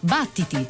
Battiti!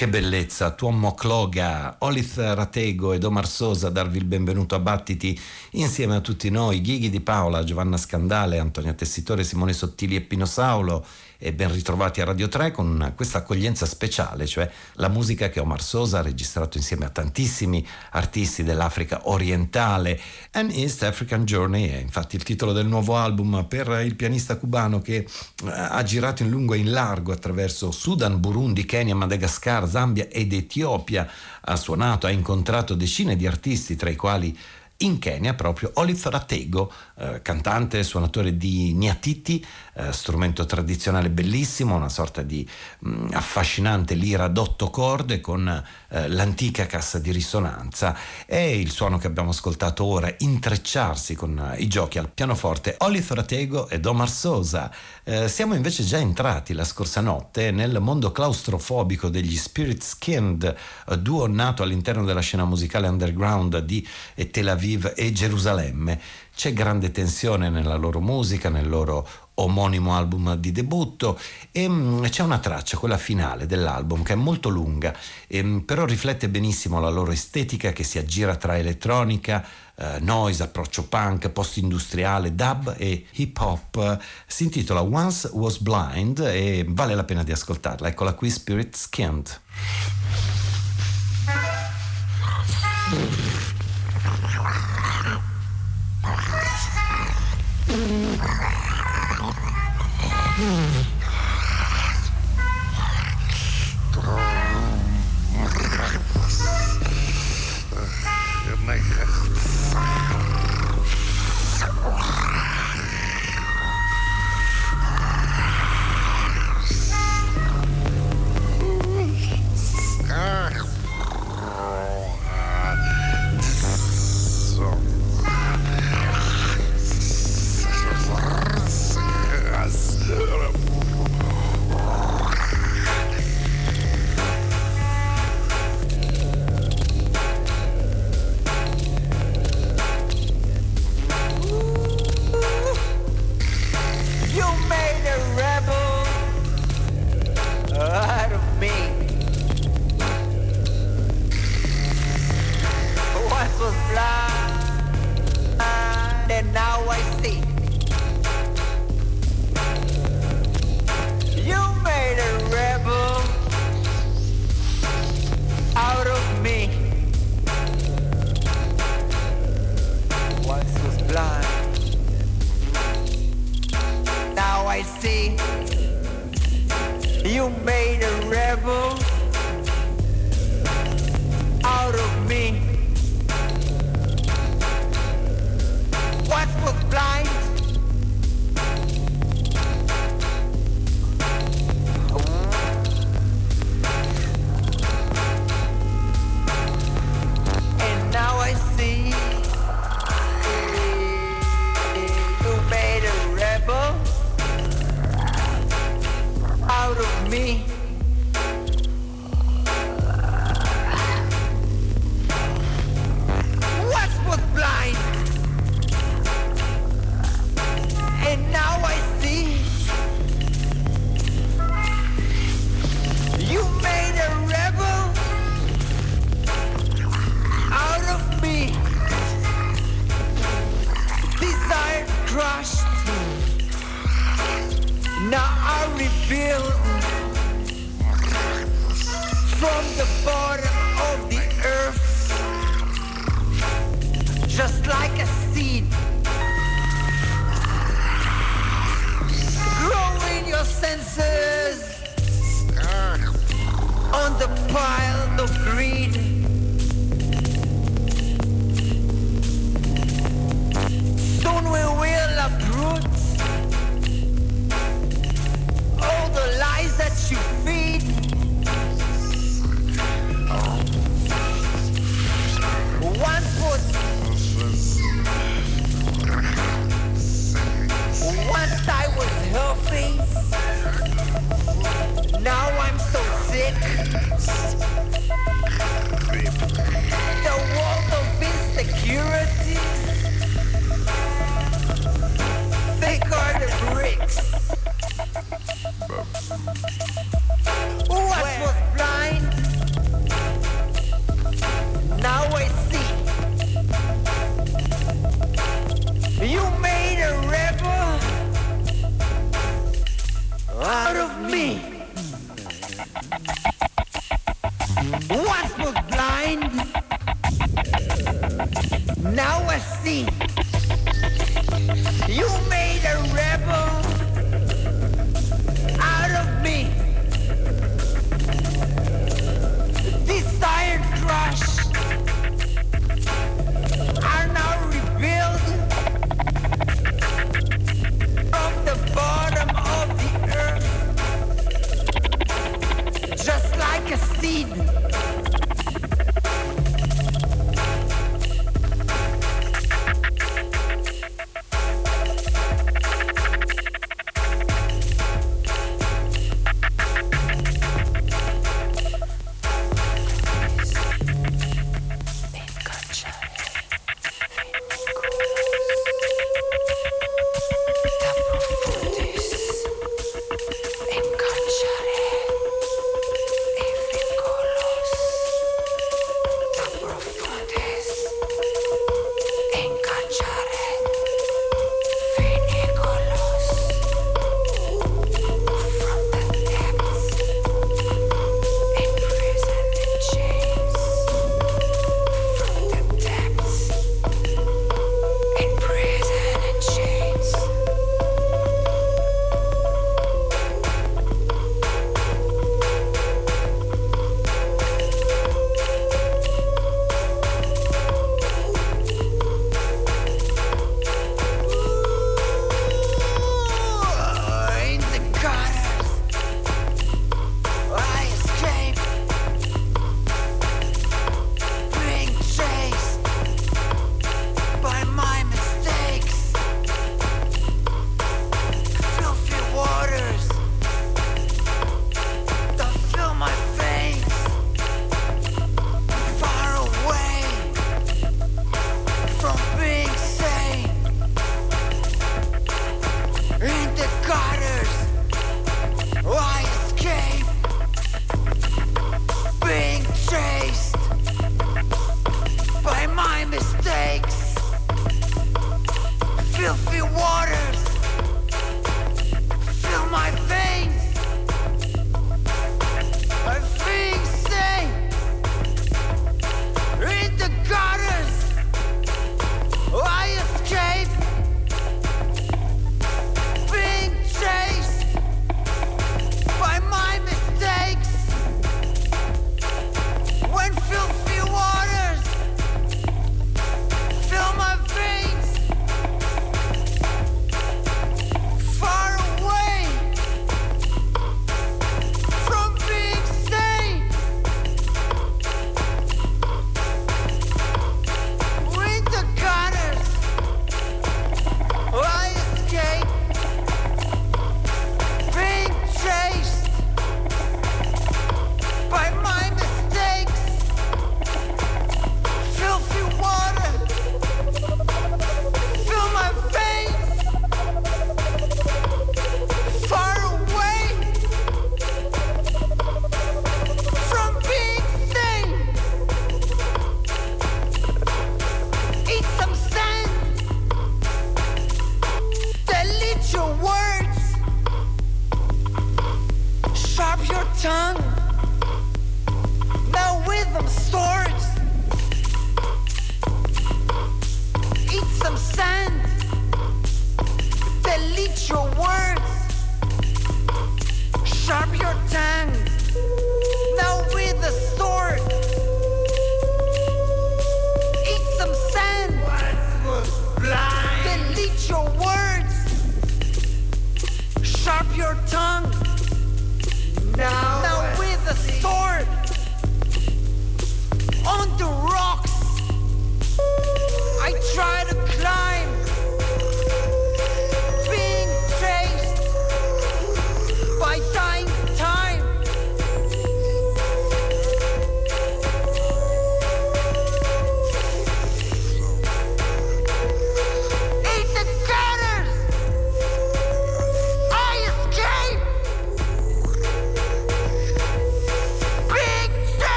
Che bellezza, Tuomo Cloga, Olith Ratego ed Omar Sosa a darvi il benvenuto a Battiti insieme a tutti noi, Ghighi Di Paola, Giovanna Scandale, Antonia Tessitore, Simone Sottili e Pino Saulo, e ben ritrovati a Radio 3 con questa accoglienza speciale, cioè la musica che Omar Sosa ha registrato insieme a tantissimi artisti dell'Africa orientale. An East African Journey è infatti il titolo del nuovo album per il pianista cubano che ha girato in lungo e in largo attraverso Sudan, Burundi, Kenya, Madagascar, Zambia ed Etiopia. Ha suonato, ha incontrato decine di artisti, tra i quali in Kenya proprio Olith Ratego, cantante e suonatore di nyatiti, strumento tradizionale bellissimo, una sorta di affascinante lira ad 8 corde con l'antica cassa di risonanza. È il suono che abbiamo ascoltato ora intrecciarsi con i giochi al pianoforte Olith Ratego ed Omar Sosa. Siamo invece già entrati la scorsa notte nel mondo claustrofobico degli Spirit Skinned, duo nato all'interno della scena musicale underground di Tel Aviv e Gerusalemme. C'è grande tensione nella loro musica, nel loro omonimo album di debutto, e c'è una traccia, quella finale dell'album, che è molto lunga, però riflette benissimo la loro estetica che si aggira tra elettronica, noise, approccio punk, post-industriale, dub e hip hop. Si intitola Once Was Blind e vale la pena di ascoltarla. Eccola qui, Spirit Skinned. Now I'm so sick. Now I see you made a rebel out of me. These iron crush are now rebuilt from the bottom of the earth, just like a seed.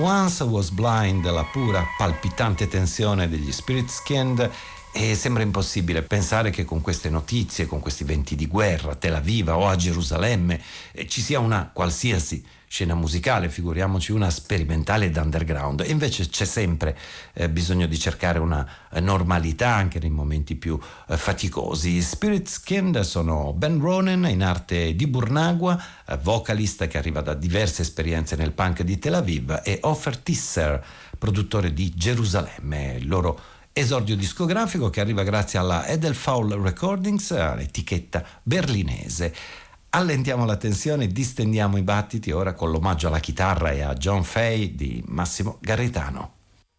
Once I Was Blind, la pura palpitante tensione degli Spirit Skinned. E sembra impossibile pensare che con queste notizie, con questi venti di guerra a Tel Aviv o a Gerusalemme ci sia una qualsiasi scena musicale, figuriamoci una sperimentale ed underground. E invece c'è sempre bisogno di cercare una normalità anche nei momenti più faticosi. Spirit Skinned sono Ben Ronen, in arte di Burnagua, vocalista che arriva da diverse esperienze nel punk di Tel Aviv, e Ofer Tisser, produttore di Gerusalemme, il loro esordio discografico che arriva grazie alla Edelfaul Recordings, l'etichetta berlinese. Allentiamo la tensione, distendiamo i battiti ora con l'omaggio alla chitarra e a John Fay di Massimo Garritano.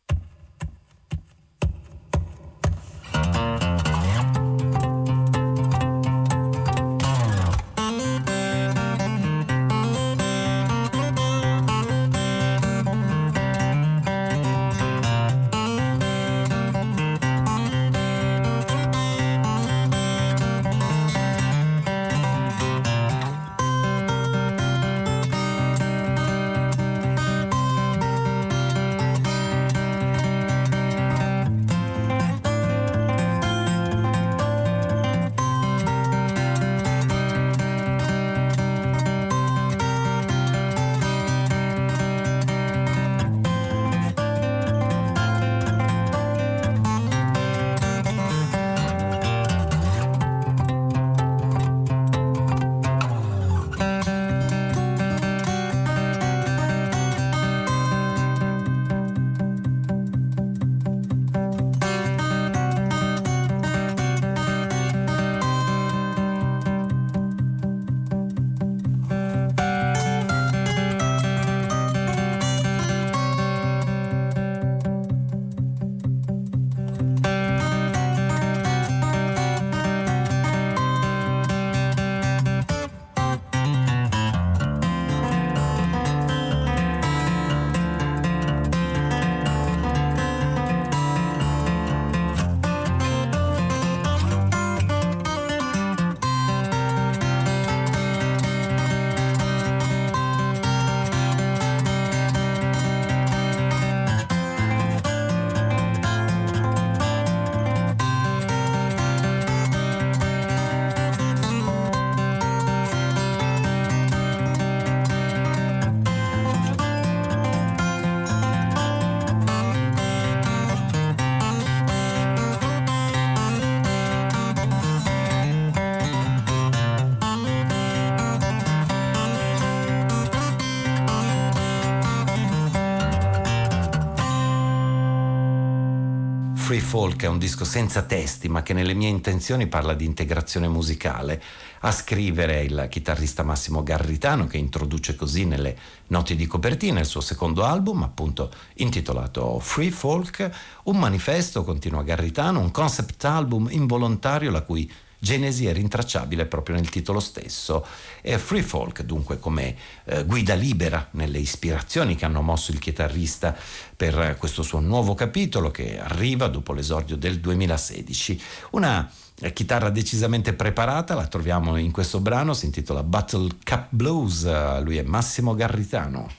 Free Folk è un disco senza testi, ma che nelle mie intenzioni parla di integrazione musicale. A scrivere il chitarrista Massimo Garritano, che introduce così nelle note di copertina il suo secondo album, appunto intitolato Free Folk, un manifesto, continua Garritano, un concept album involontario la cui genesi è rintracciabile proprio nel titolo stesso. E Free Folk dunque come guida libera nelle ispirazioni che hanno mosso il chitarrista per questo suo nuovo capitolo che arriva dopo l'esordio del 2016. Una chitarra decisamente preparata la troviamo in questo brano, si intitola Battle Cup Blues. Lui è Massimo Garritano.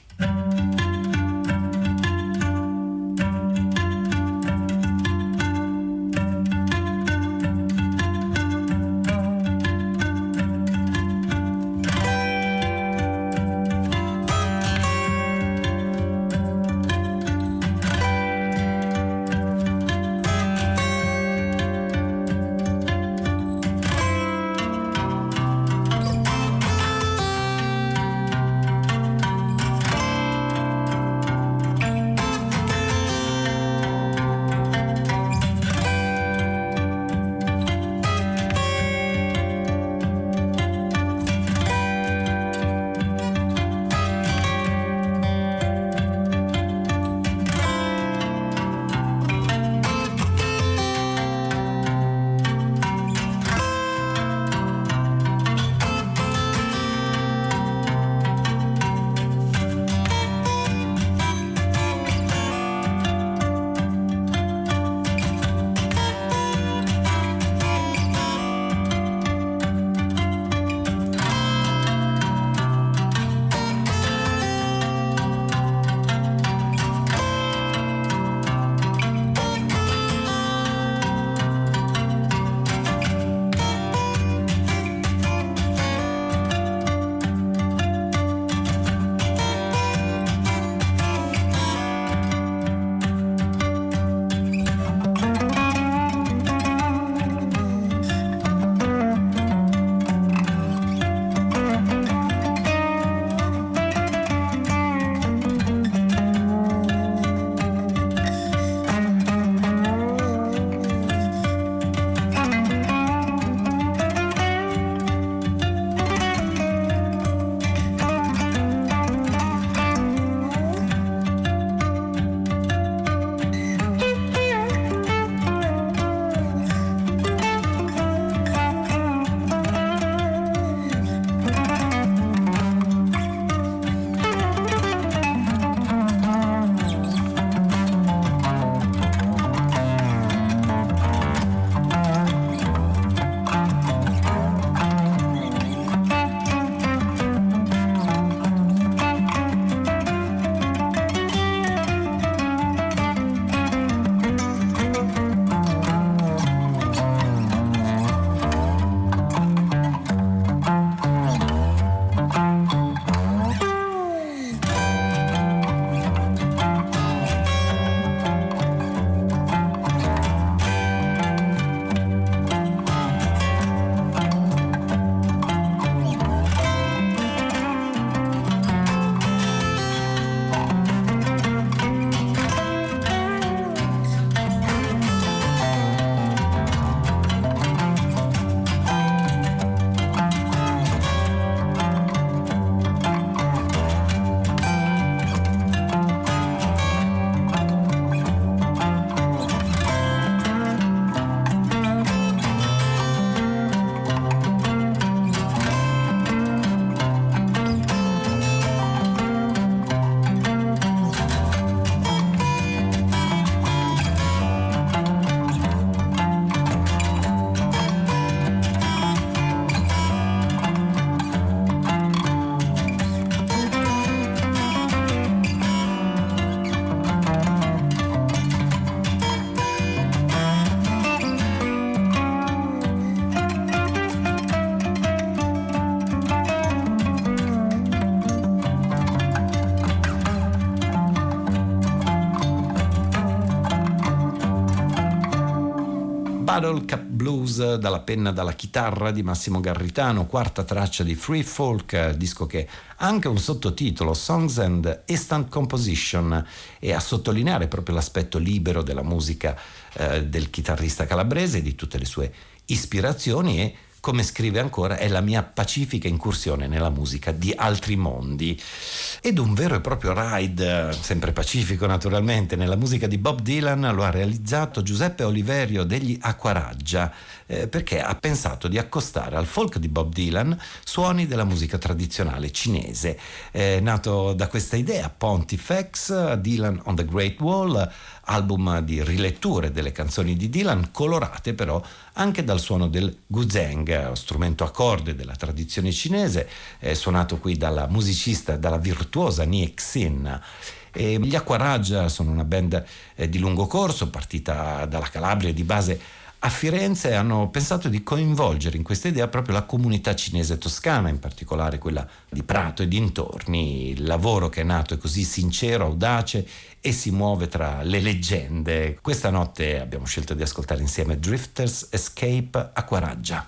Bottle Cap Blues dalla penna dalla chitarra di Massimo Garritano, quarta traccia di Free Folk, disco che ha anche un sottotitolo, Songs and Instant Composition, e a sottolineare proprio l'aspetto libero della musica del chitarrista calabrese e di tutte le sue ispirazioni, e come scrive ancora, è la mia pacifica incursione nella musica di altri mondi. Ed un vero e proprio ride, sempre pacifico naturalmente, nella musica di Bob Dylan lo ha realizzato Giuseppe Oliverio degli Acquaraggia, perché ha pensato di accostare al folk di Bob Dylan suoni della musica tradizionale cinese. Nato da questa idea, Pontifex, Dylan on the Great Wall, album di riletture delle canzoni di Dylan, colorate però anche dal suono del guzheng, strumento a corde della tradizione cinese, suonato qui dalla musicista, dalla virtuosa Nie Xin. E gli Acquaraggia sono una band di lungo corso, partita dalla Calabria, di base a Firenze, e hanno pensato di coinvolgere in questa idea proprio la comunità cinese toscana, in particolare quella di Prato e dintorni. Il lavoro che è nato è così sincero, audace e si muove tra le leggende. Questa notte abbiamo scelto di ascoltare insieme Drifters Escape Acquaraggia.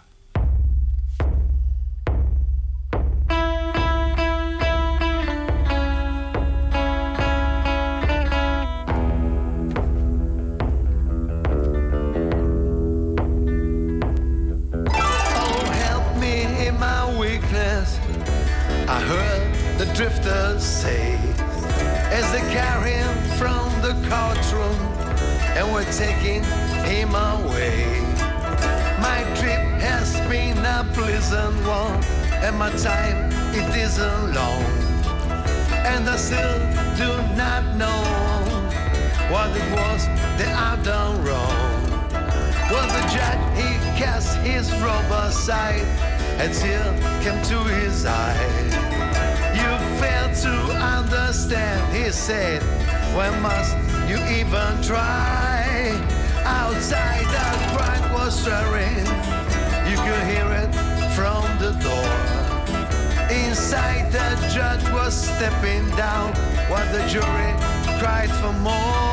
I heard the drifters say as they carry him from the courtroom and we're taking him away. My trip has been a pleasant one and my time it isn't long, and I still do not know what it was that I've done wrong. Well, the judge, he cast his robe aside, a tear came to his eye. You fail to understand, he said, when must you even try? Outside the crowd was stirring, you could hear it from the door. Inside the judge was stepping down while the jury cried for more.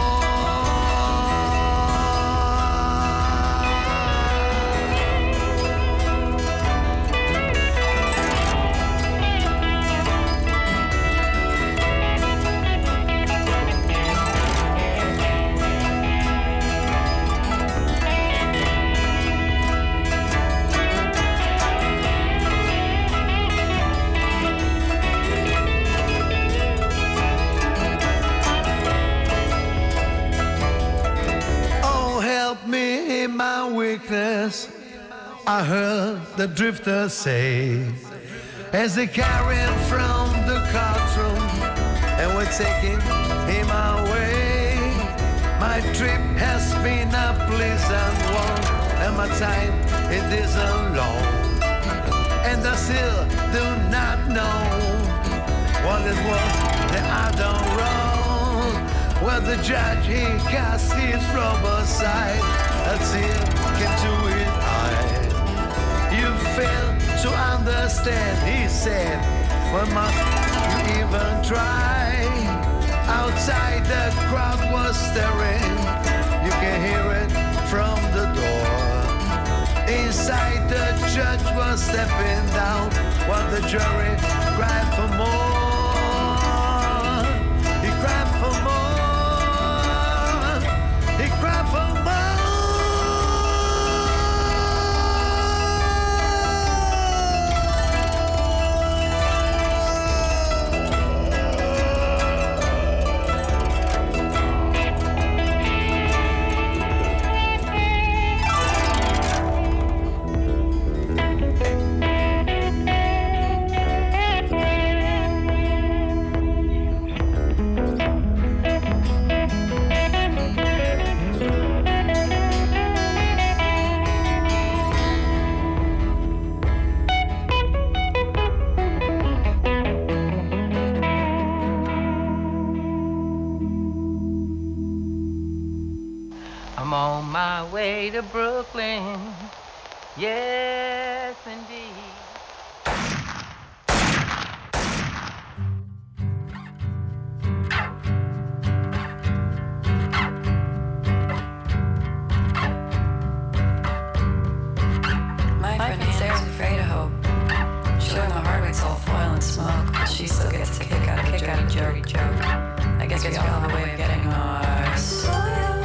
I heard the drifters say as they carry him from the courtroom and we're taking him away. My trip has been a pleasant one and my time it isn't long, and I still do not know what it was that I done wrong. Well, the judge, he cast his robe aside, a tear came to his eye. You fail to understand, he said, well, must you even try? Outside the crowd was staring, you can hear it from the door. Inside the judge was stepping down while the jury cried for more. He cried for more. He cried for more. To Brooklyn, yes indeed. My friend Sarah's afraid of hope. She learned the hard way it's all foil and smoke, but she still gets a kick out of joke. I guess we all have a way of getting our soul.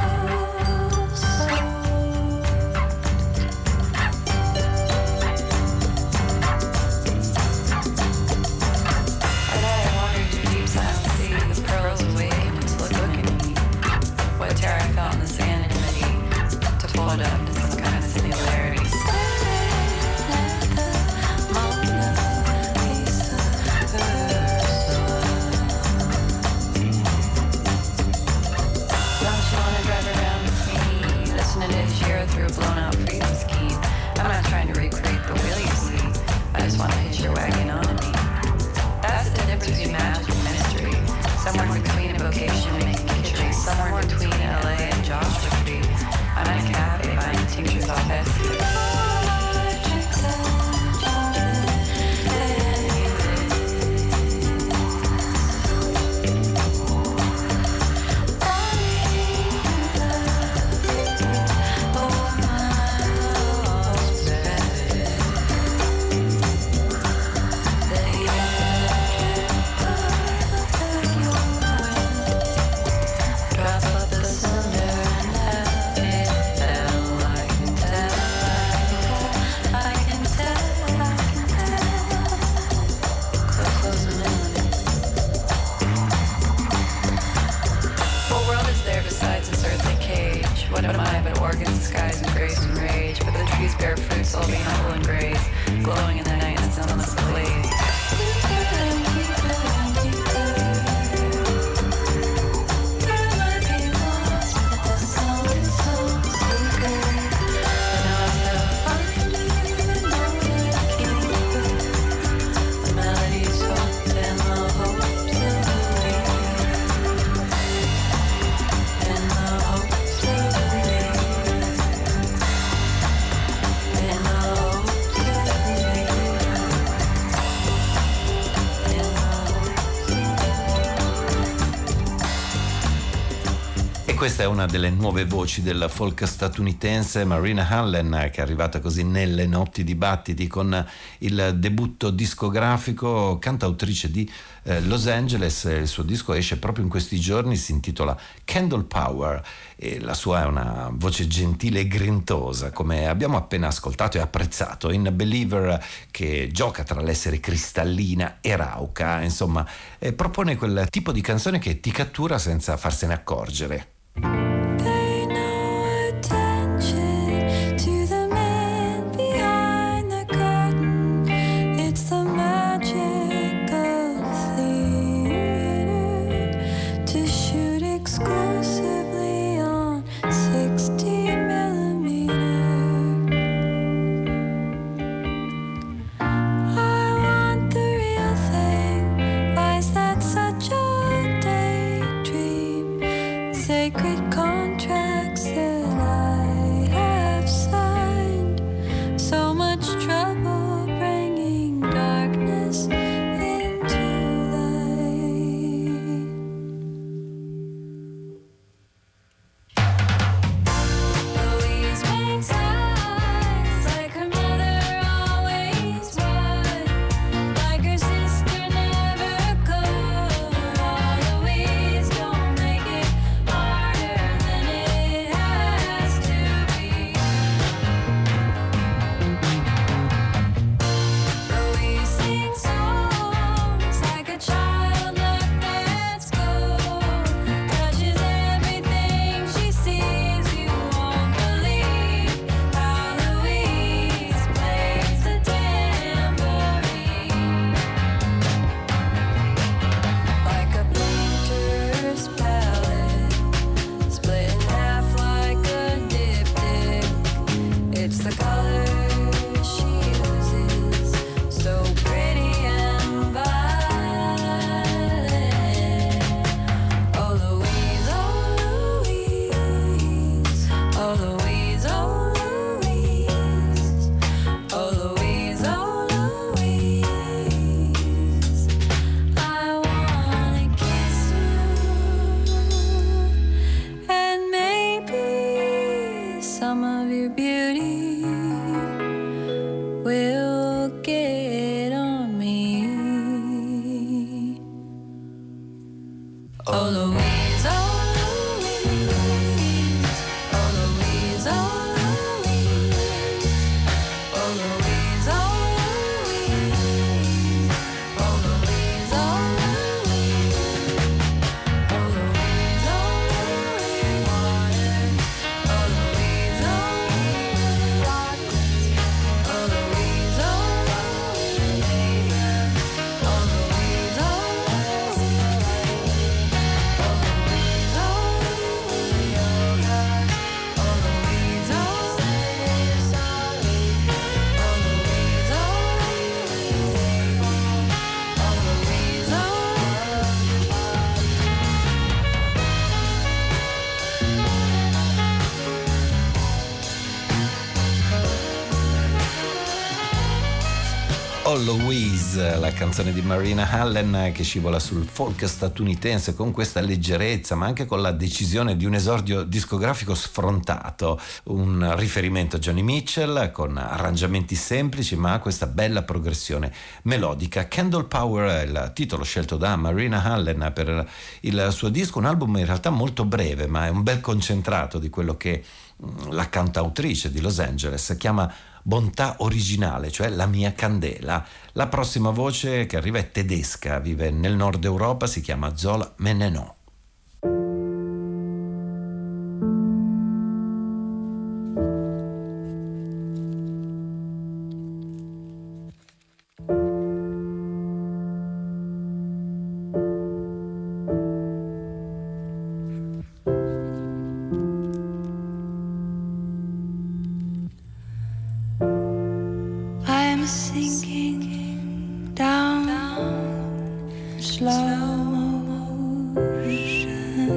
Questa è una delle nuove voci del folk statunitense, Marina Allen, che è arrivata così nelle notti di battiti con il debutto discografico, cantautrice di Los Angeles. Il suo disco esce proprio in questi giorni, si intitola Candle Power e la sua è una voce gentile e grintosa, come abbiamo appena ascoltato e apprezzato in Believer, che gioca tra l'essere cristallina e rauca, insomma propone quel tipo di canzone che ti cattura senza farsene accorgere. Pay no attention to the man behind the curtain. It's the magic of theater to shoot exclusively on 16 millimeter. I want the real thing. Why is that such a daydream? Sacred contracts that I have signed. So much trouble bringing darkness into light. Louise makes eyes like her mother always was, like her sister never could. Oh, Louise, don't make it harder than it has to be. Always, la canzone di Marina Allen che scivola sul folk statunitense con questa leggerezza, ma anche con la decisione di un esordio discografico sfrontato, un riferimento a Joni Mitchell con arrangiamenti semplici ma questa bella progressione melodica. Candle Power è il titolo scelto da Marina Allen per il suo disco, un album in realtà molto breve ma è un bel concentrato di quello che la cantautrice di Los Angeles chiama bontà originale, cioè la mia candela. La prossima voce che arriva è tedesca, vive nel nord Europa, si chiama Zola Meneno. I'm sinking down slow motion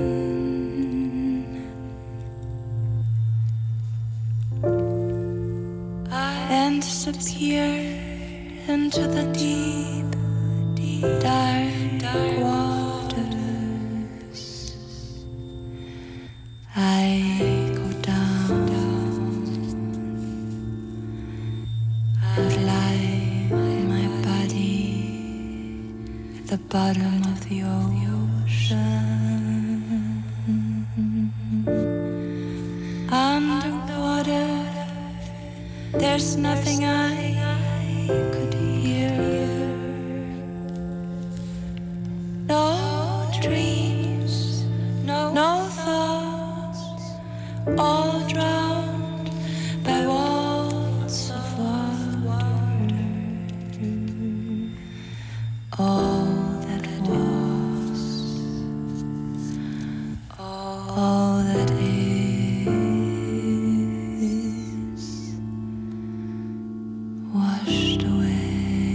and disappear into the deep, dark waters. I go down and lie my body at the bottom of the ocean. Underwater, there's nothing I could hear. No dreams, no thoughts, all drowned by walls of water. All that was, all that is, washed away.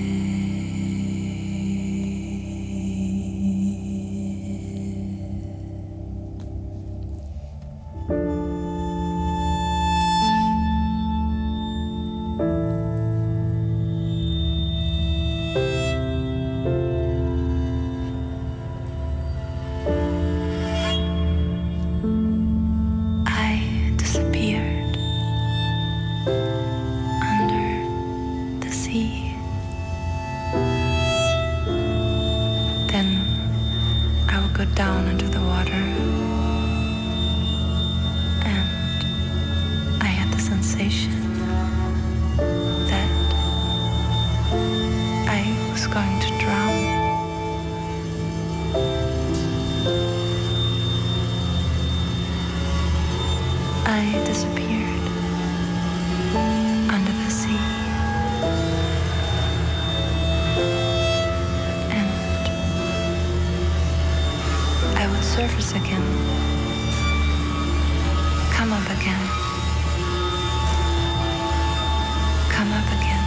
I disappeared under the sea. Then I would go down into the water, and I had the sensation that I was going to drown. I disappeared under the sea, and I would surface again, come up again, come up again,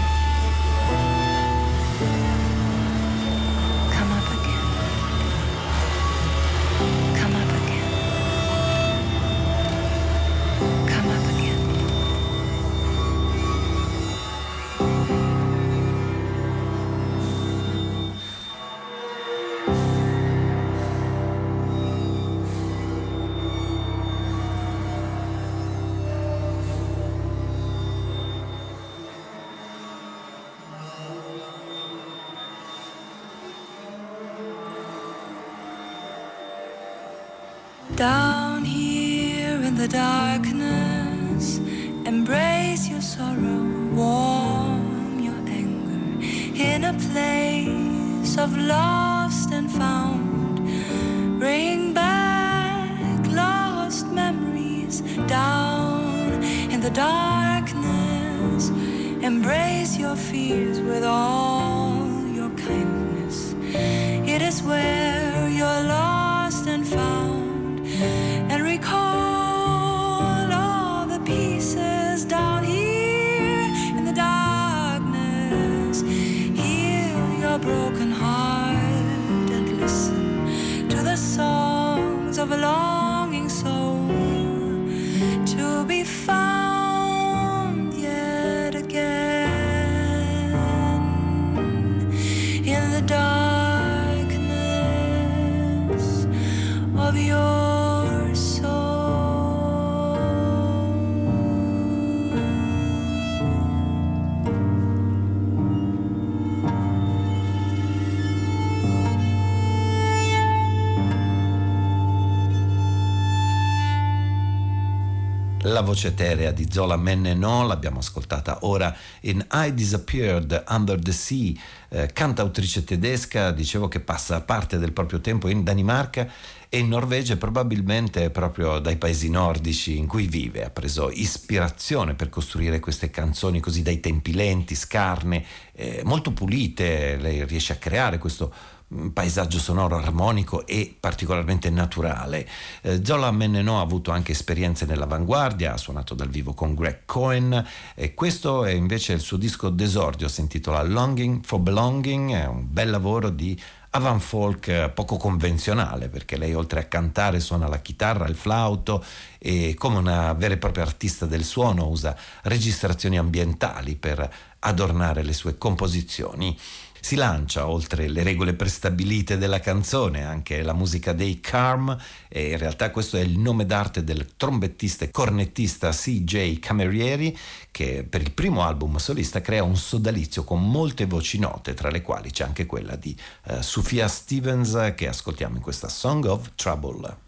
come up again, come up again. Come up again. Down here in the darkness, embrace your sorrow, warm your anger in a place of lost and found. Bring back lost memories down in the darkness. Embrace your fears with all your kindness. It is where you're lost and found. And recall all the pieces down here in the darkness. Heal your broken heart and listen to the songs of a longing soul to be found yet again. of your soul. La voce eterea di Zola Mennenon l'abbiamo ascoltata ora in I Disappeared Under the Sea, cantautrice tedesca, dicevo, che passa parte del proprio tempo in Danimarca e in Norvegia, probabilmente proprio dai paesi nordici in cui vive. Ha preso ispirazione per costruire queste canzoni così dai tempi lenti, scarne, molto pulite. Lei riesce a creare questo paesaggio sonoro armonico e particolarmente naturale. Zola Mennenon ha avuto anche esperienze nell'avanguardia, ha suonato dal vivo con Greg Cohen e questo è invece il suo disco d'esordio, si intitola Longing for Belonging, è un bel lavoro di avant folk poco convenzionale, perché lei oltre a cantare suona la chitarra, il flauto e come una vera e propria artista del suono usa registrazioni ambientali per adornare le sue composizioni. Si lancia oltre le regole prestabilite della canzone anche la musica dei Carm, e in realtà questo è il nome d'arte del trombettista e cornettista C.J. Camerieri, che per il primo album solista crea un sodalizio con molte voci note, tra le quali c'è anche quella di Sufjan Stevens, che ascoltiamo in questa Song of Trouble.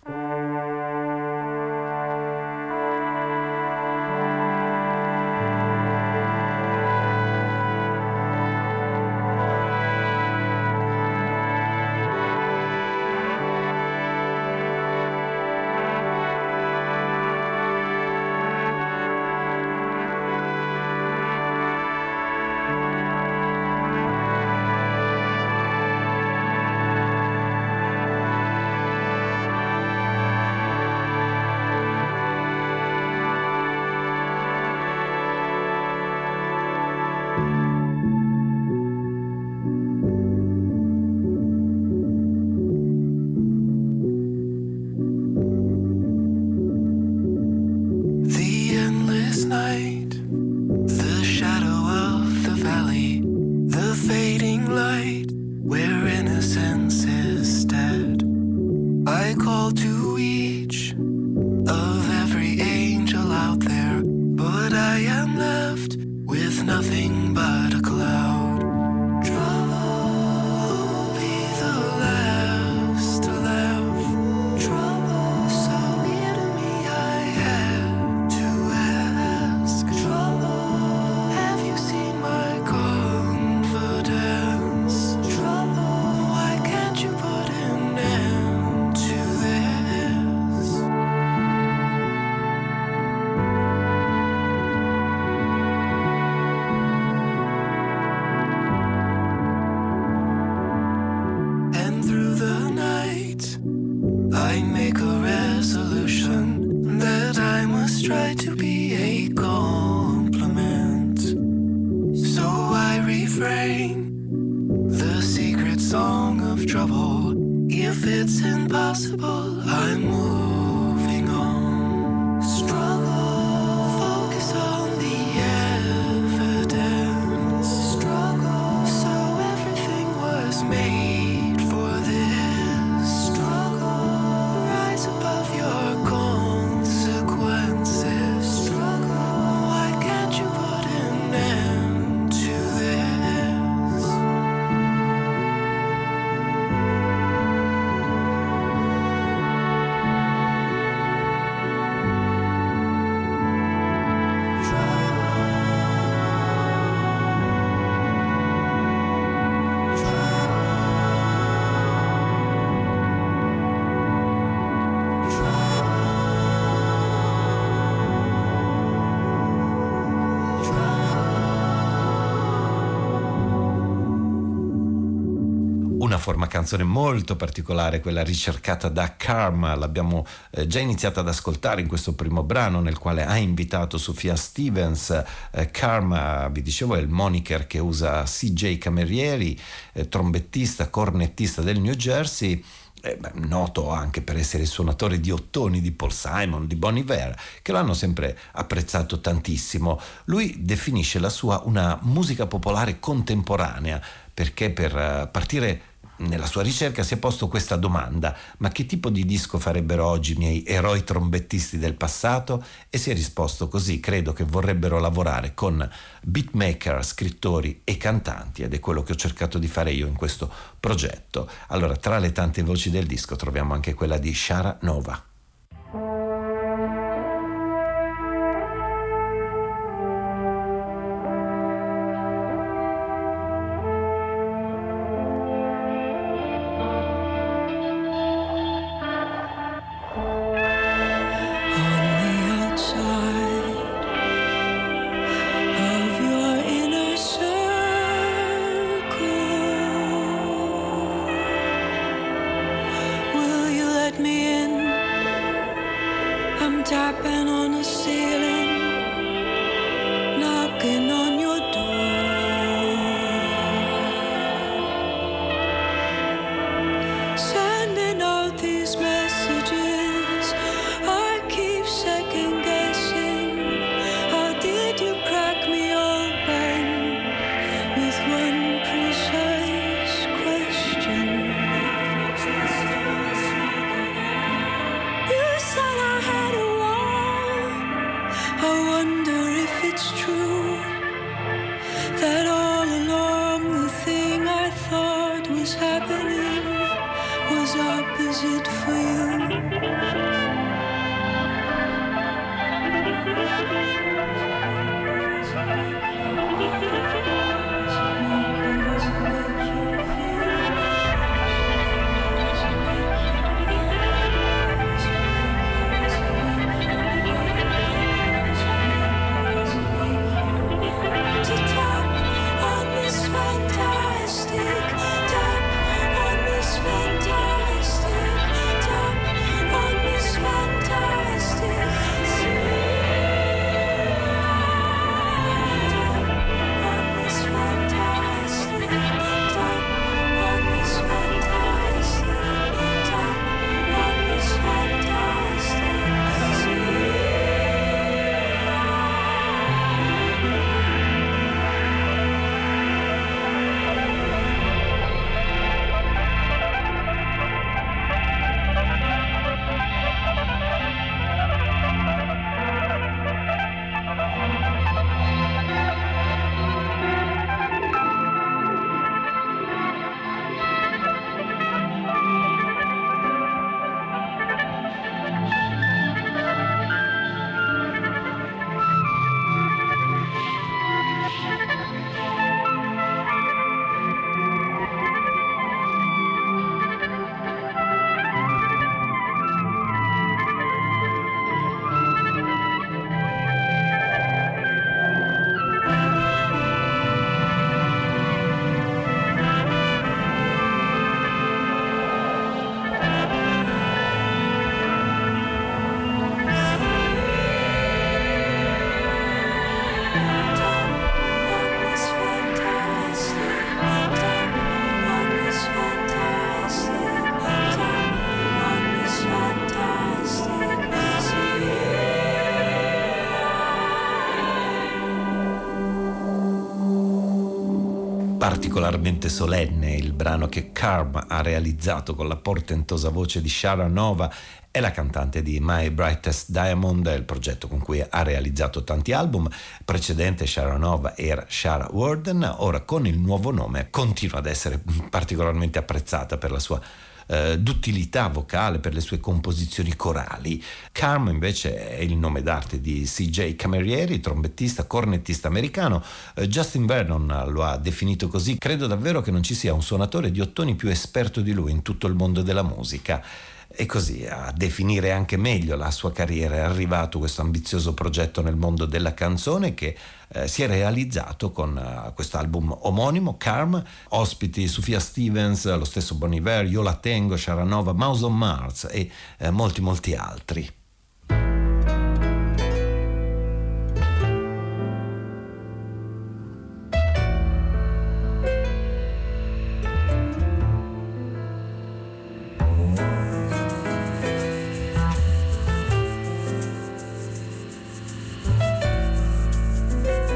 Una forma canzone molto particolare, quella ricercata da Karma, l'abbiamo già iniziata ad ascoltare in questo primo brano nel quale ha invitato Sufjan Stevens. Karma, vi dicevo, è il moniker che usa C.J. Camerieri, trombettista, cornettista del New Jersey, noto anche per essere il suonatore di ottoni di Paul Simon, di Bon Iver, che l'hanno sempre apprezzato tantissimo. Lui definisce la sua una musica popolare contemporanea, perché per partire nella sua ricerca si è posto questa domanda: ma che tipo di disco farebbero oggi i miei eroi trombettisti del passato? E si è risposto così: credo che vorrebbero lavorare con beatmaker, scrittori e cantanti, ed è quello che ho cercato di fare io in questo progetto. Allora, tra le tante voci del disco troviamo anche quella di Shara Nova. Tapping on the ceiling, knocking on your door, sending out these messages. I keep second guessing. How did you crack me open with one precise question? You said I had a I wonder if it's true that all along the thing I thought was happening was opposite for you. Particolarmente solenne il brano che Carm ha realizzato con la portentosa voce di Shara Nova. È la cantante di My Brightest Diamond, il progetto con cui ha realizzato tanti album. Precedente Shara Nova era Shara Worden, ora con il nuovo nome continua ad essere particolarmente apprezzata per la sua d'utilità vocale, per le sue composizioni corali. Carm invece è il nome d'arte di C.J. Camerieri, trombettista, cornettista americano. Justin Vernon lo ha definito così: credo davvero che non ci sia un suonatore di ottoni più esperto di lui in tutto il mondo della musica. E così, a definire anche meglio la sua carriera, è arrivato questo ambizioso progetto nel mondo della canzone che si è realizzato con questo album omonimo, Carm, ospiti Sufjan Stevens, lo stesso Bon Iver, Io la tengo, Shara Nova, Mouse on Mars e molti altri.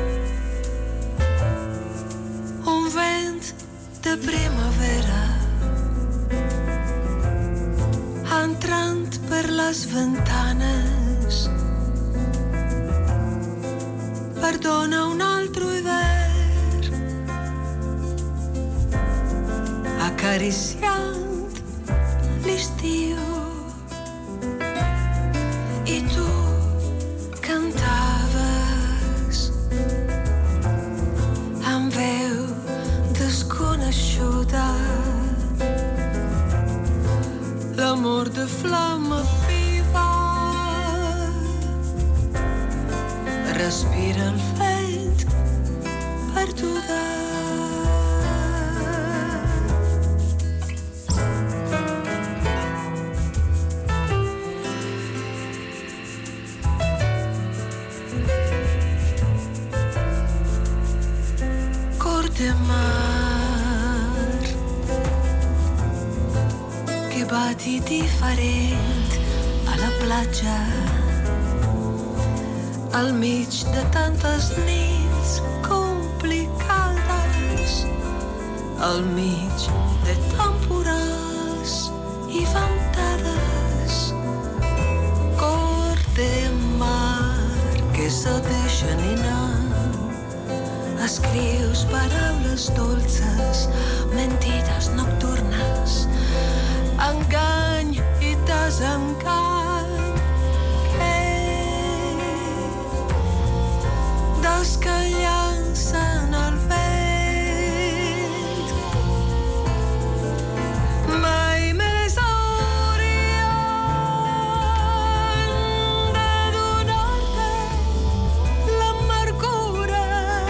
De primavera entrant per les ventanes. Perdona un altro hivern, acariciant l'estiu, i tu cantaves amb veu desconeguda. L'amor de flama viva respira el vent perduda. Cor de mar che bati different a la platja, al mig de tantes nits complicades, al mig de temporals i ventades. Cor de mar que se deixa anar, escrius paraules dolces, mentides nocturnes, engany i desengany, que llancen al vent. Mai més haurien de donar-te l'amargura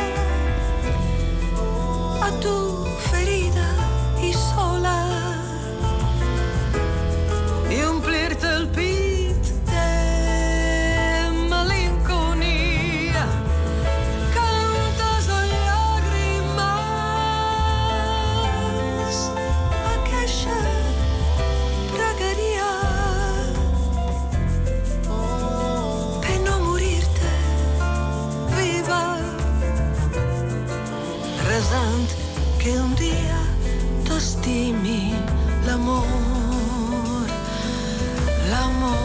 a tu ferida i sola i omplir-te el pit de malinconia. Cantes a llàgrimes aquesta pregària per no morir-te viva, resant que un dia t'estimi l'amor, l'amor.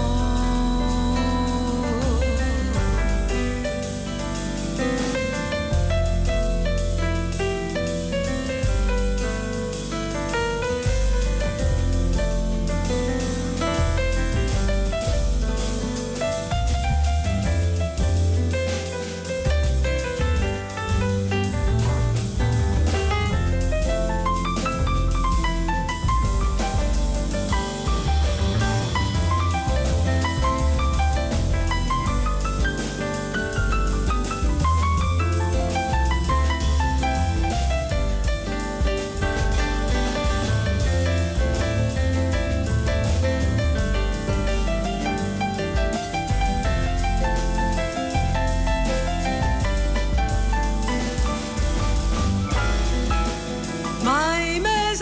Mai més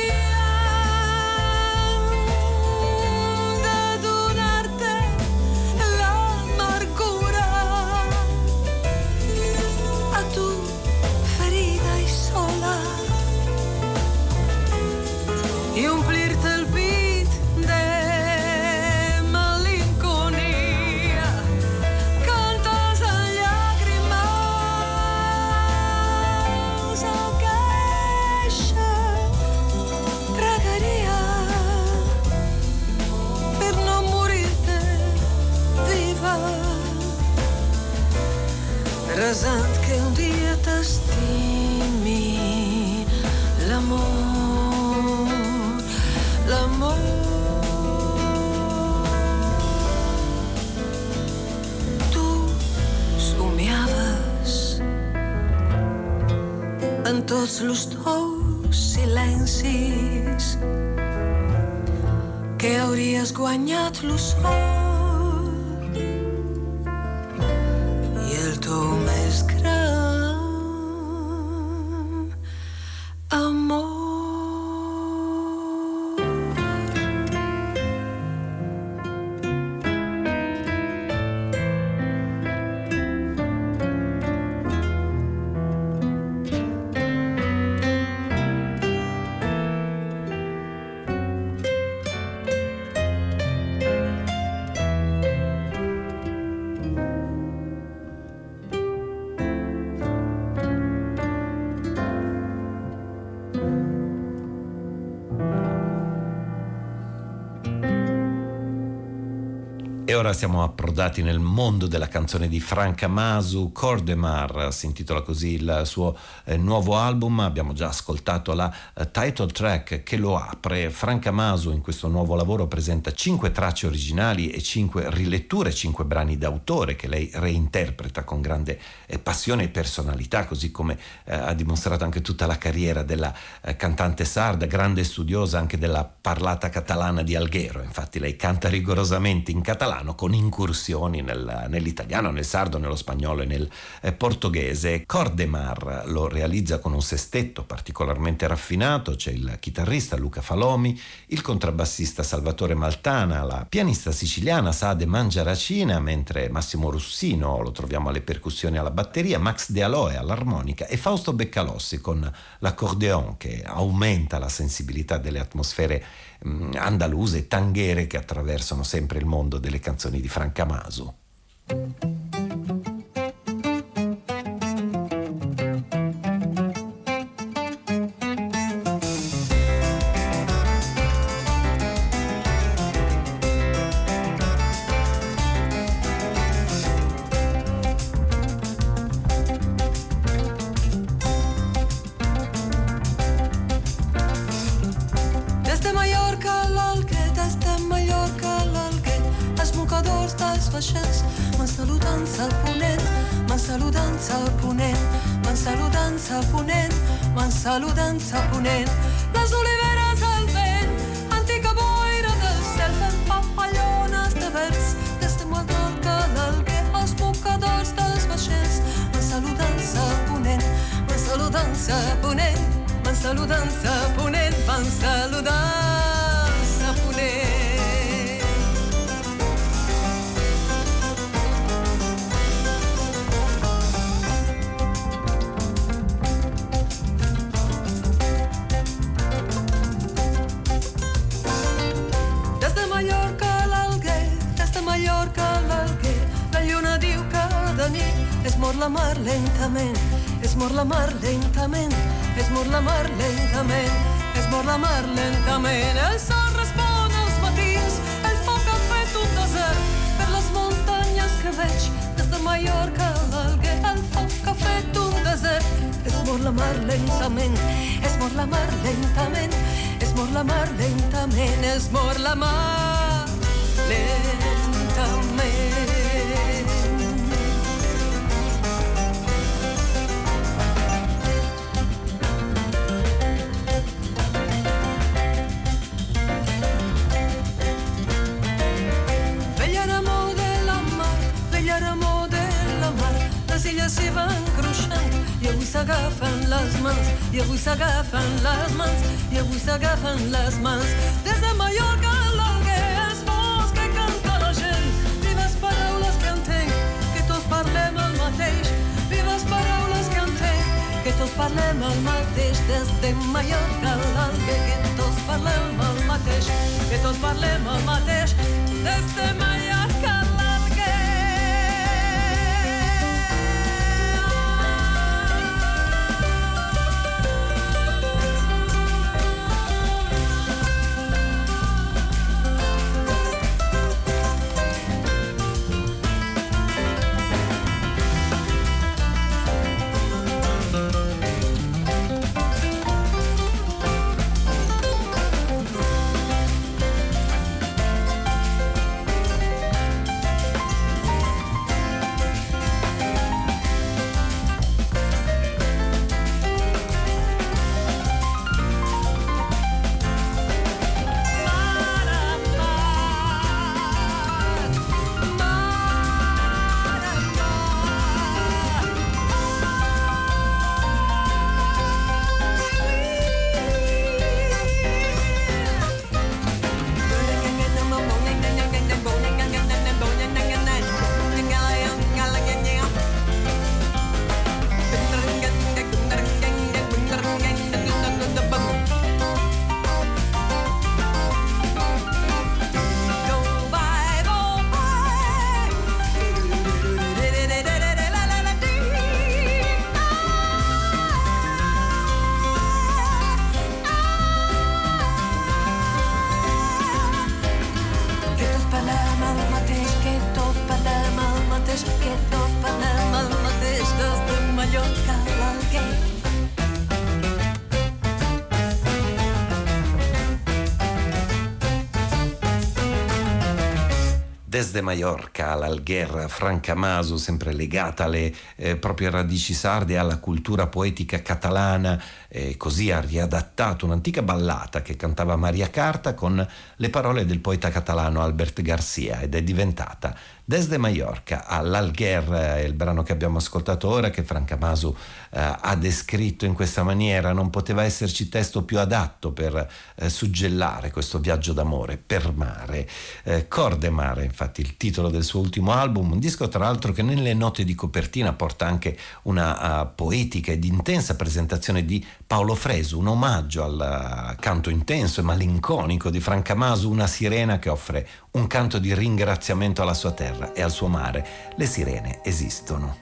haurien de donar-te l'amargura a tu ferida i sola i omplir-te el pit de malinconia. Cantes a llàgrimes aquesta pregària per no morir-te viva, resant que un dia t'estimi l'amor, l'amor. Tu somiaves en tots los teus silencis que hauries guanyat lo sol i el teu més gran amor. E ora siamo approdati nel mondo della canzone di Franca Masu. Cordemar si intitola così il suo nuovo album. Abbiamo già ascoltato la title track che lo apre. Franca Masu in questo nuovo lavoro presenta 5 tracce originali e 5 riletture, 5 brani d'autore che lei reinterpreta con grande passione e personalità, così come ha dimostrato anche tutta la carriera della cantante sarda, grande studiosa anche della parlata catalana di Alghero. Infatti lei canta rigorosamente in catalano con incursioni nell'italiano, nel sardo, nello spagnolo e nel portoghese. Cordemar lo realizza con un sestetto particolarmente raffinato. C'è il chitarrista Luca Falomi, il contrabbassista Salvatore Maltana, la pianista siciliana Sade Mangiaracina, mentre Massimo Russino lo troviamo alle percussioni e alla batteria, Max De Aloe all'armonica e Fausto Beccalossi con l'accordeon, che aumenta la sensibilità delle atmosfere andaluse e tanghere che attraversano sempre il mondo delle canzoni di Franca Masu. Saludanza punent, las oliveras al vent, antica boira del cel fent papallones de verds, des de Mallorca l'algue, els mocadors dels vaixells. Saludanza punent, saludanza punent, saludanza punent, saludanza punent. Esmor la mar lentament, esmor la mar lentament, esmor la mar lentament, esmor la mar lentament. El sol respon als matins, el foc ha fet un desert per les muntanyes que veig des de Mallorca a l'Alguer. El foc ha fet un desert, esmor la mar lentament, esmor la mar lentament, esmor la mar lentament, esmor la mar lentament. Les illes s'hi van cruixant i avui s'agafen les mans, i avui s'agafen les mans, i avui s'agafen les mans. Des de Mallorca a l'Alguer és vols que canta la gent, vives paraules que entenc, que tots parlem el mateix, vives paraules que entenc, que tots parlem el mateix. Des de Mallorca a l'Alguer, que tots parlem el mateix, que tots parlem el mateix. Des de Mallorca a l'Alguer. Desde Mallorca all'Algher Francamaso, sempre legata alle proprie radici sarde e alla cultura poetica catalana, così ha riadattato un'antica ballata che cantava Maria Carta con le parole del poeta catalano Albert Garcia ed è diventata Desde Mallorca all'Algher, è il brano che abbiamo ascoltato ora, che Francamaso ha descritto in questa maniera. Non poteva esserci testo più adatto per suggellare questo viaggio d'amore per mare. Corde Mare, infatti, il titolo del suo ultimo album, un disco tra l'altro che nelle note di copertina porta anche una poetica ed intensa presentazione di Paolo Fresu, un omaggio al canto intenso e malinconico di Francamaso, una sirena che offre un canto di ringraziamento alla sua terra e al suo mare. Le sirene esistono.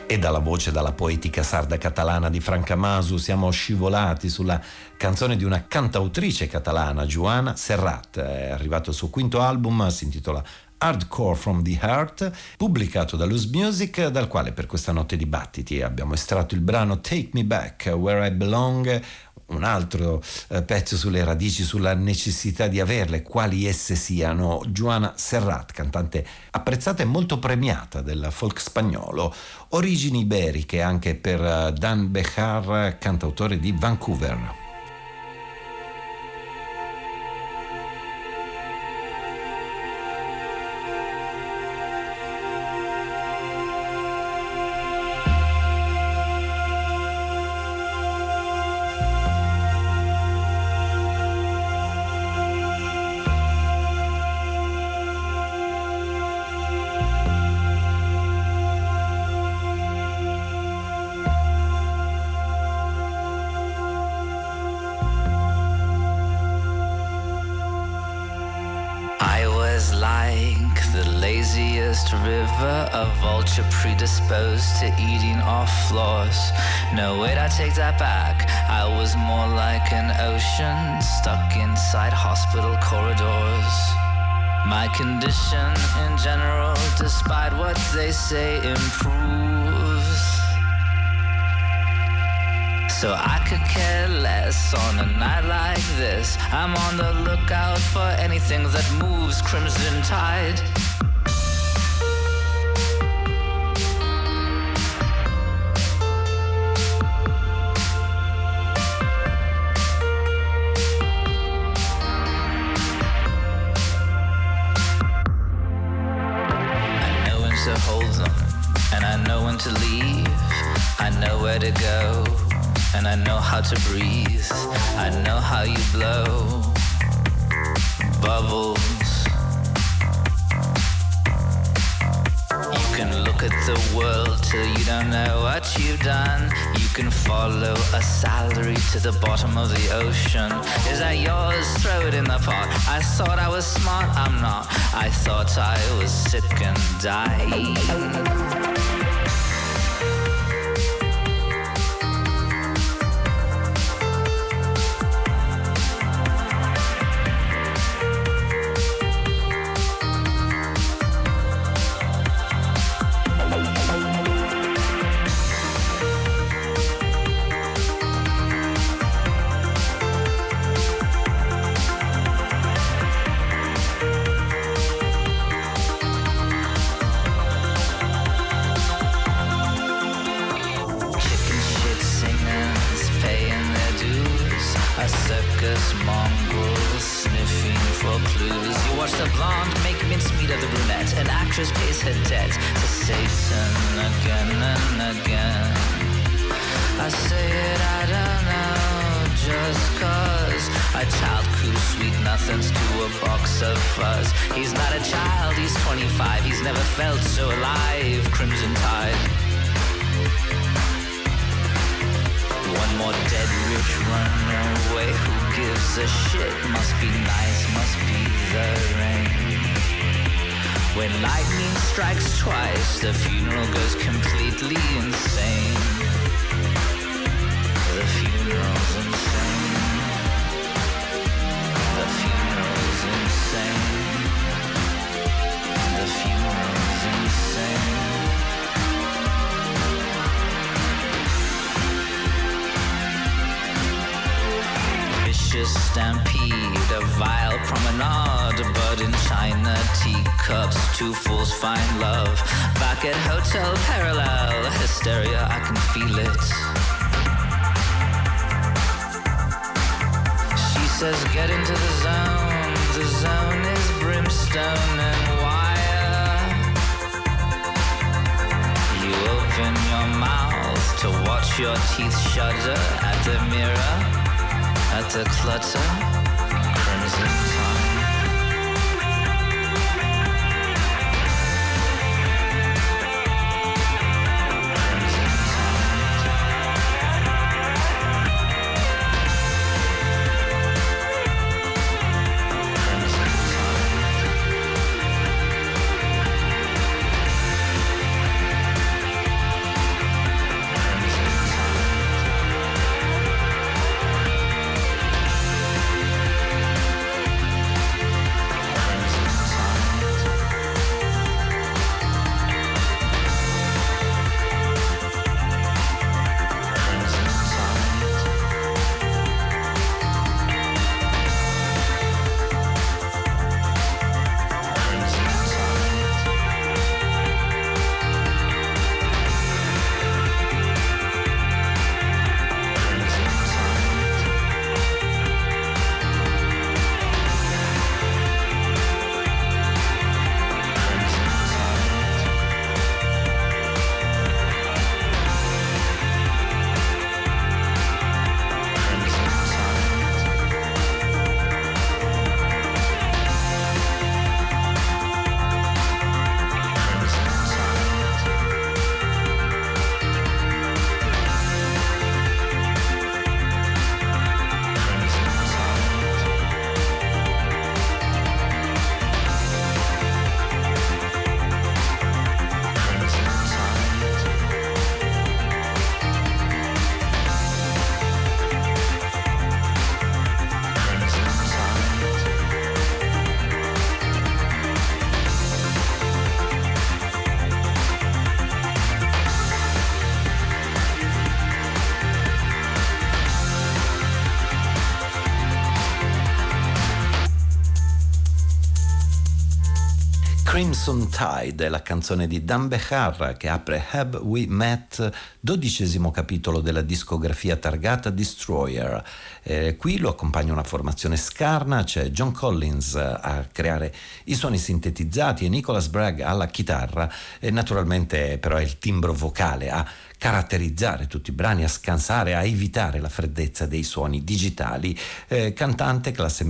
E dalla voce, dalla poetica sarda catalana di Franca Masu siamo scivolati sulla canzone di una cantautrice catalana, Joana Serrat. È arrivato il suo quinto album, si intitola Hardcore from the Heart, pubblicato da Loose Music, dal quale per questa notte di battiti abbiamo estratto il brano Take Me Back Where I Belong, un altro pezzo sulle radici, sulla necessità di averle, quali esse siano. Joana Serrat, cantante apprezzata e molto premiata del folk spagnolo, origini iberiche anche per Dan Bejar, cantautore di Vancouver. River, a vulture predisposed to eating off floors. No, wait, I take that back. I was more like an ocean stuck inside hospital corridors. My condition in general, despite what they say, improves. So I could care less on a night like this. I'm on the lookout for anything that moves, Crimson Tide. To leave, I know where to go, and I know how to breathe. I know how you blow bubbles. You can look at the world till you don't know what you've done. You can follow a salary to the bottom of the ocean. Is that yours? Throw it in the pot. I thought I was smart, I'm not. I thought I was sick and dying. He's not a child, he's 25, he's never felt so alive, Crimson Tide. One more dead rich runaway, who gives a shit? Must be nice, must be the rain. When lightning strikes twice, the funeral goes completely insane. The funeral's insane. The funeral's insane. The funeral's insane. Vicious stampede, a vile promenade, a bird in china teacups, two fools find love. Back at Hotel Parallel, hysteria, I can feel it. She says get into the zone is brimstone and wire. You open your mouth to watch your teeth shudder at the mirror, at the clutter, Crimson Tide. Crimson Tide è la canzone di Dan Behar che apre Have We Met, 12° capitolo della discografia targata Destroyer. Qui lo accompagna una formazione scarna, c'è John Collins a creare i suoni sintetizzati e Nicholas Bragg alla chitarra, e naturalmente però è il timbro vocale a caratterizzare tutti i brani, a scansare, a evitare la freddezza dei suoni digitali. Cantante, classe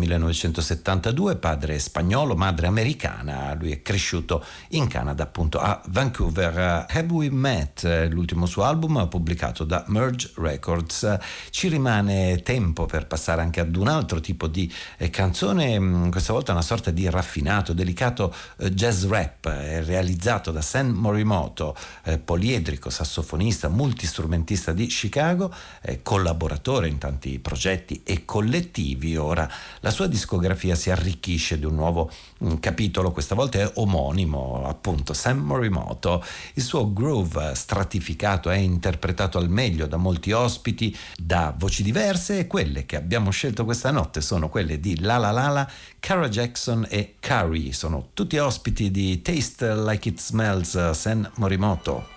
1972, padre spagnolo, madre americana, lui è cresciuto in Canada, appunto a Vancouver. Have We Met, l'ultimo suo album pubblicato da Merge Records. Ci rimane tempo per passare anche ad un altro tipo di canzone, questa volta una sorta di raffinato, delicato jazz rap, realizzato da Sam Morimoto, poliedrico sassofonista, multistrumentista di Chicago, collaboratore in tanti progetti e collettivi. Ora la sua discografia si arricchisce di un nuovo capitolo, questa volta è omonimo, appunto Sam Morimoto. Il suo groove stratificato è interpretato al meglio da molti ospiti, da voci diverse, e quelle che abbiamo scelto questa notte sono quelle di Lala Lala, Cara Jackson e Carrie. Sono tutti ospiti di Taste Like It Smells, Sam Morimoto.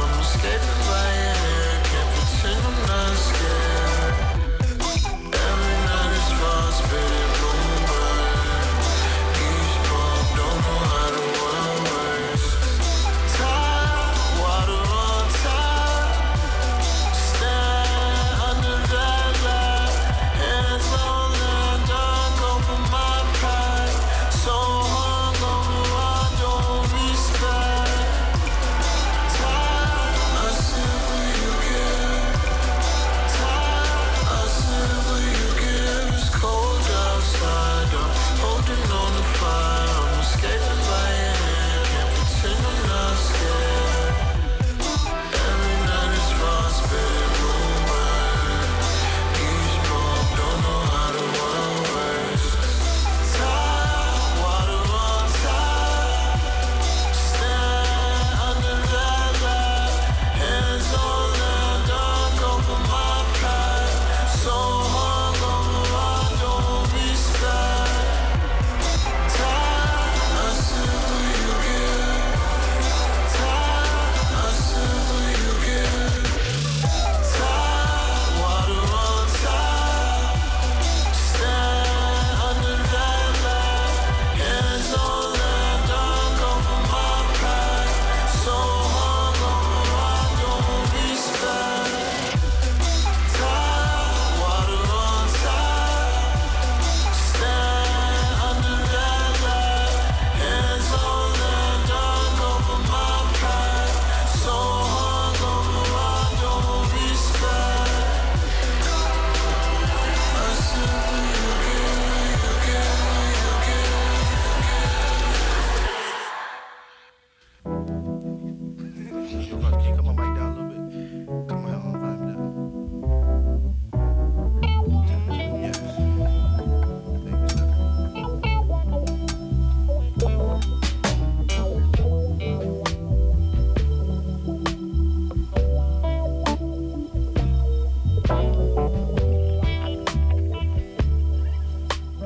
Damn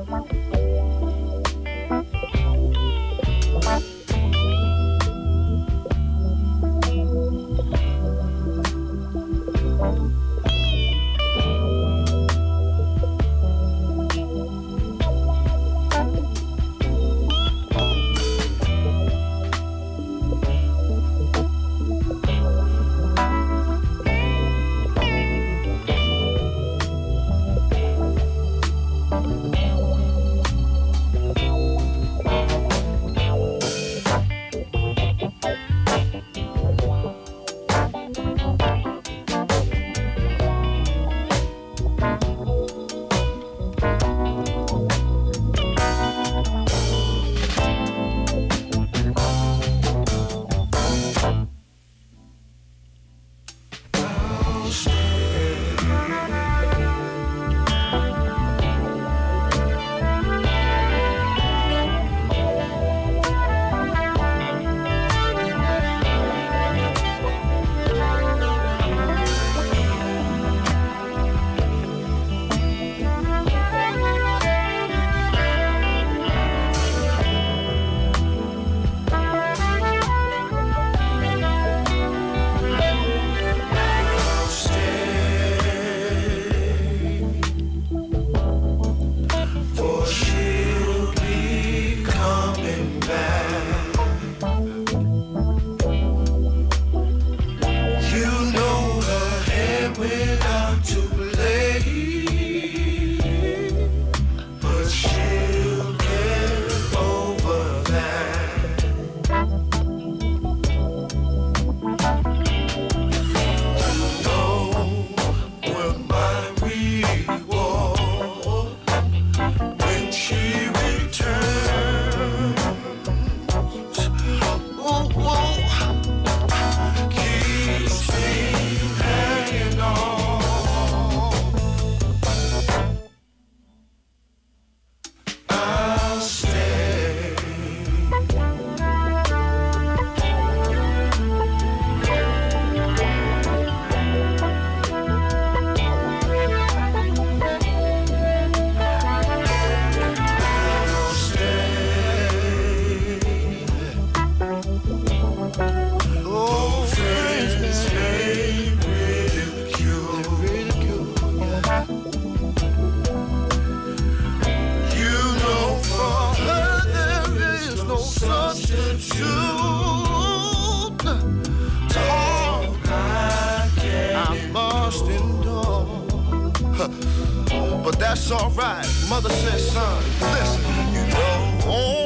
But that's alright. Mother said, son, listen, you know,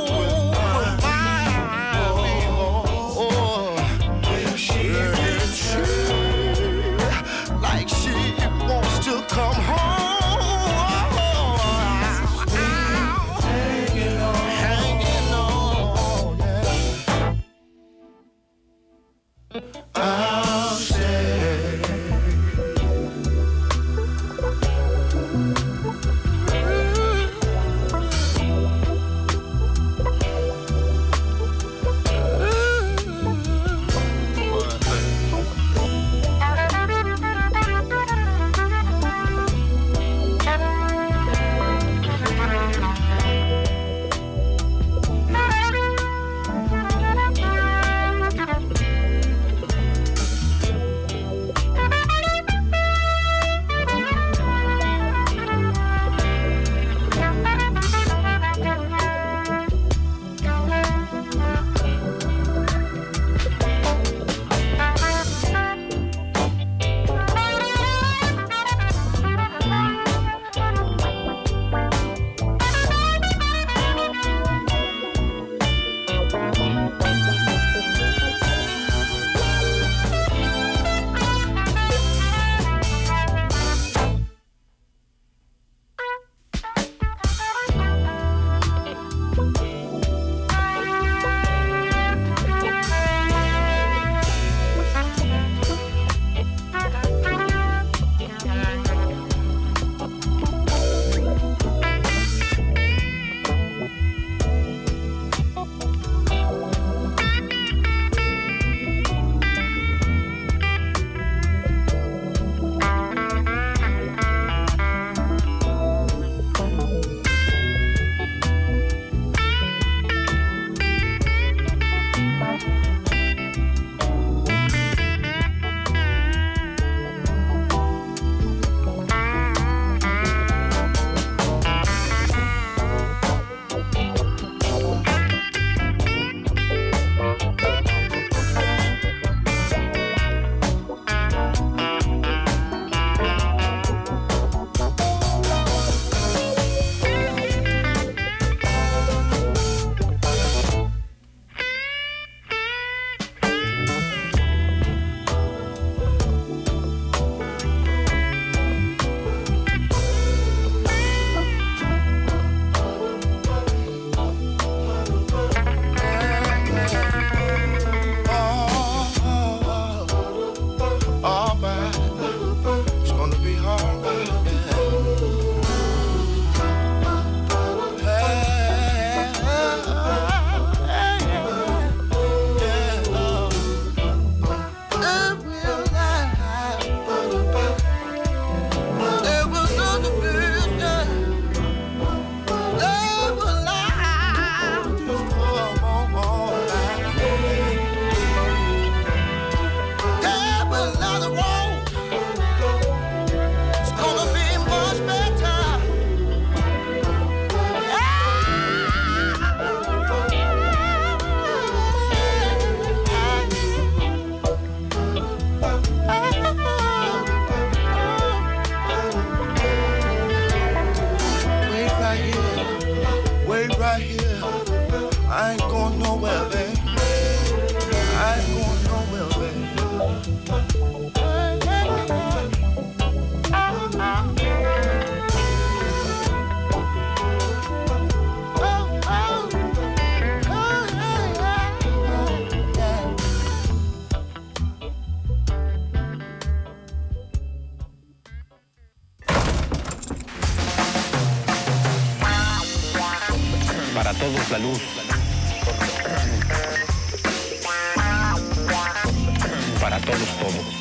like she wants to come home. Hanging on, yeah. I'll stay. right here. I ain't going nowhere, babe. I ain't going nowhere, babe. Para todos la luz. Para todos todo.